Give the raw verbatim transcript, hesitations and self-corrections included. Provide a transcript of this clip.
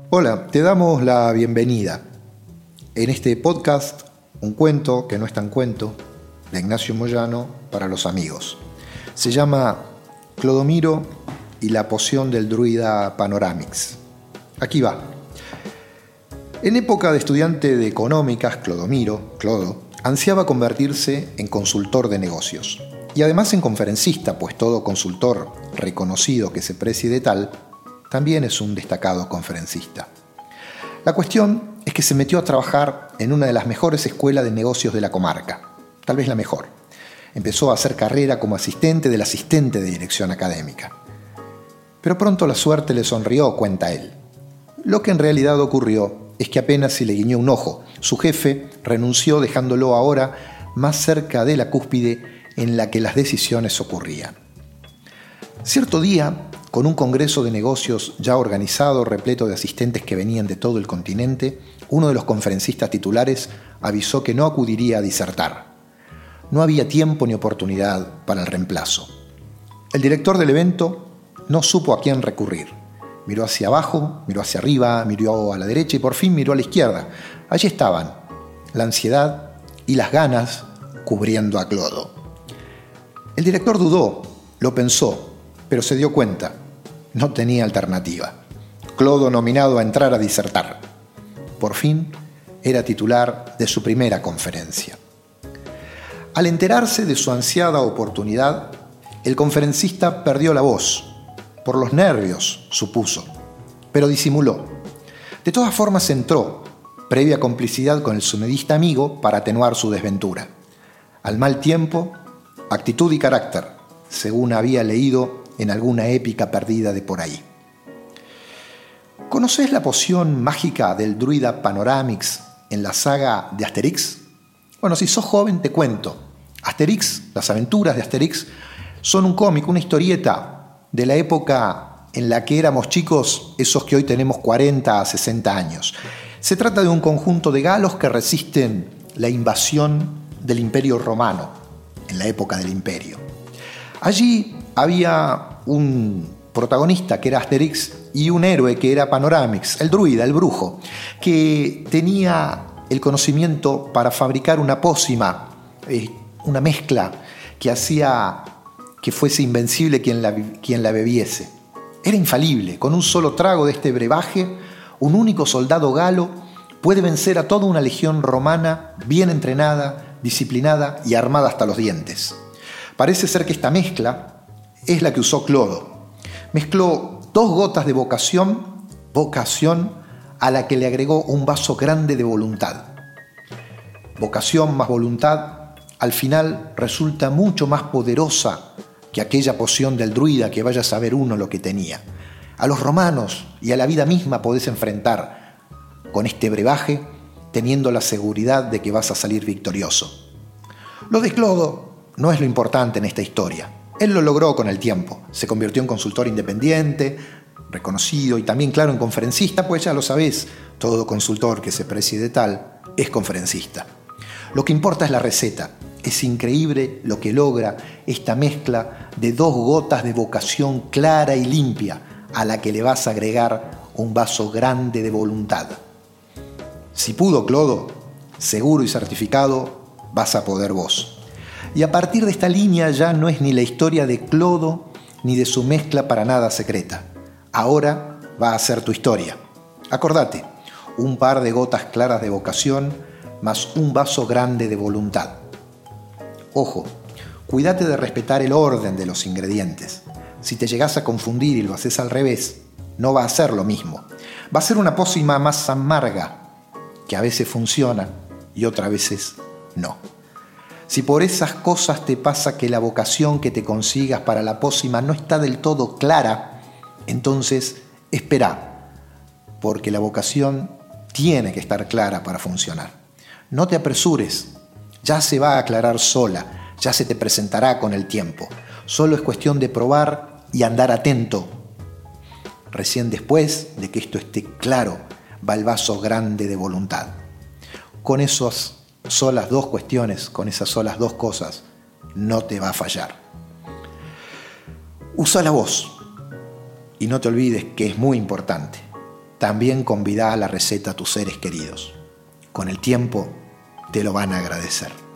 Hola, te damos la bienvenida. En este podcast, un cuento que no es tan cuento, de Ignacio Moyano para los amigos. Se llama Clodomiro y la poción del druida Panoramix. Aquí va. En época de estudiante de económicas, Clodomiro, Clodo, ansiaba convertirse en consultor de negocios. Y además en conferencista, pues todo consultor reconocido que se precie de tal, también es un destacado conferencista. La cuestión es que se metió a trabajar en una de las mejores escuelas de negocios de la comarca, tal vez la mejor. Empezó a hacer carrera como asistente del asistente de dirección académica. Pero pronto la suerte le sonrió, cuenta él. Lo que en realidad ocurrió es que apenas se le guiñó un ojo. Su jefe renunció dejándolo ahora más cerca de la cúspide en la que las decisiones ocurrían. Cierto día, con un congreso de negocios ya organizado, repleto de asistentes que venían de todo el continente, uno de los conferencistas titulares avisó que no acudiría a disertar. No había tiempo ni oportunidad para el reemplazo. El director del evento no supo a quién recurrir. Miró hacia abajo, miró hacia arriba, miró a la derecha y por fin miró a la izquierda. Allí estaban, la ansiedad y las ganas cubriendo a Clodo. El director dudó, lo pensó, pero se dio cuenta, no tenía alternativa. Clodo nominado a entrar a disertar. Por fin, era titular de su primera conferencia. Al enterarse de su ansiada oportunidad, el conferencista perdió la voz. Por los nervios, supuso, pero disimuló. De todas formas entró, previa complicidad con el sonidista amigo para atenuar su desventura. Al mal tiempo, actitud y carácter, según había leído en alguna épica perdida de por ahí. ¿Conocés la poción mágica del druida Panoramix en la saga de Asterix? Bueno, si sos joven te cuento. Asterix, las aventuras de Asterix, son un cómic, una historieta de la época en la que éramos chicos, esos que hoy tenemos cuarenta a sesenta años. Se trata de un conjunto de galos que resisten la invasión del Imperio Romano, en la época del Imperio. Allí había un protagonista que era Asterix y un héroe que era Panoramix, el druida, el brujo, que tenía el conocimiento para fabricar una pócima, eh, una mezcla que hacía que fuese invencible quien la, quien la bebiese. Era infalible. Con un solo trago de este brebaje, un único soldado galo puede vencer a toda una legión romana bien entrenada, disciplinada y armada hasta los dientes. Parece ser que esta mezcla es la que usó Clodo. Mezcló dos gotas de vocación, vocación a la que le agregó un vaso grande de voluntad. Vocación más voluntad, al final resulta mucho más poderosa que aquella poción del druida que vaya a saber uno lo que tenía. A los romanos y a la vida misma podés enfrentar con este brebaje teniendo la seguridad de que vas a salir victorioso. Lo de Clodo no es lo importante en esta historia. Él lo logró con el tiempo. Se convirtió en consultor independiente, reconocido y también, claro, en conferencista, pues ya lo sabés, todo consultor que se precie de tal es conferencista. Lo que importa es la receta. Es increíble lo que logra esta mezcla de dos gotas de vocación clara y limpia a la que le vas a agregar un vaso grande de voluntad. Si pudo Clodo, seguro y certificado, vas a poder vos. Y a partir de esta línea ya no es ni la historia de Clodo ni de su mezcla para nada secreta. Ahora va a ser tu historia. Acordate, un par de gotas claras de vocación más un vaso grande de voluntad. Ojo, cuídate de respetar el orden de los ingredientes. Si te llegás a confundir y lo haces al revés, no va a ser lo mismo. Va a ser una pócima más amarga, que a veces funciona y otras veces no. Si por esas cosas te pasa que la vocación que te consigas para la pócima no está del todo clara, entonces espera, porque la vocación tiene que estar clara para funcionar. No te apresures, ya se va a aclarar sola, ya se te presentará con el tiempo. Solo es cuestión de probar y andar atento. Recién después de que esto esté claro, va el vaso grande de voluntad. Con esas solas dos cuestiones, con esas solas dos cosas, no te va a fallar. Usa la voz y no te olvides que es muy importante. también convidá a la receta a tus seres queridos. Con el tiempo te lo van a agradecer.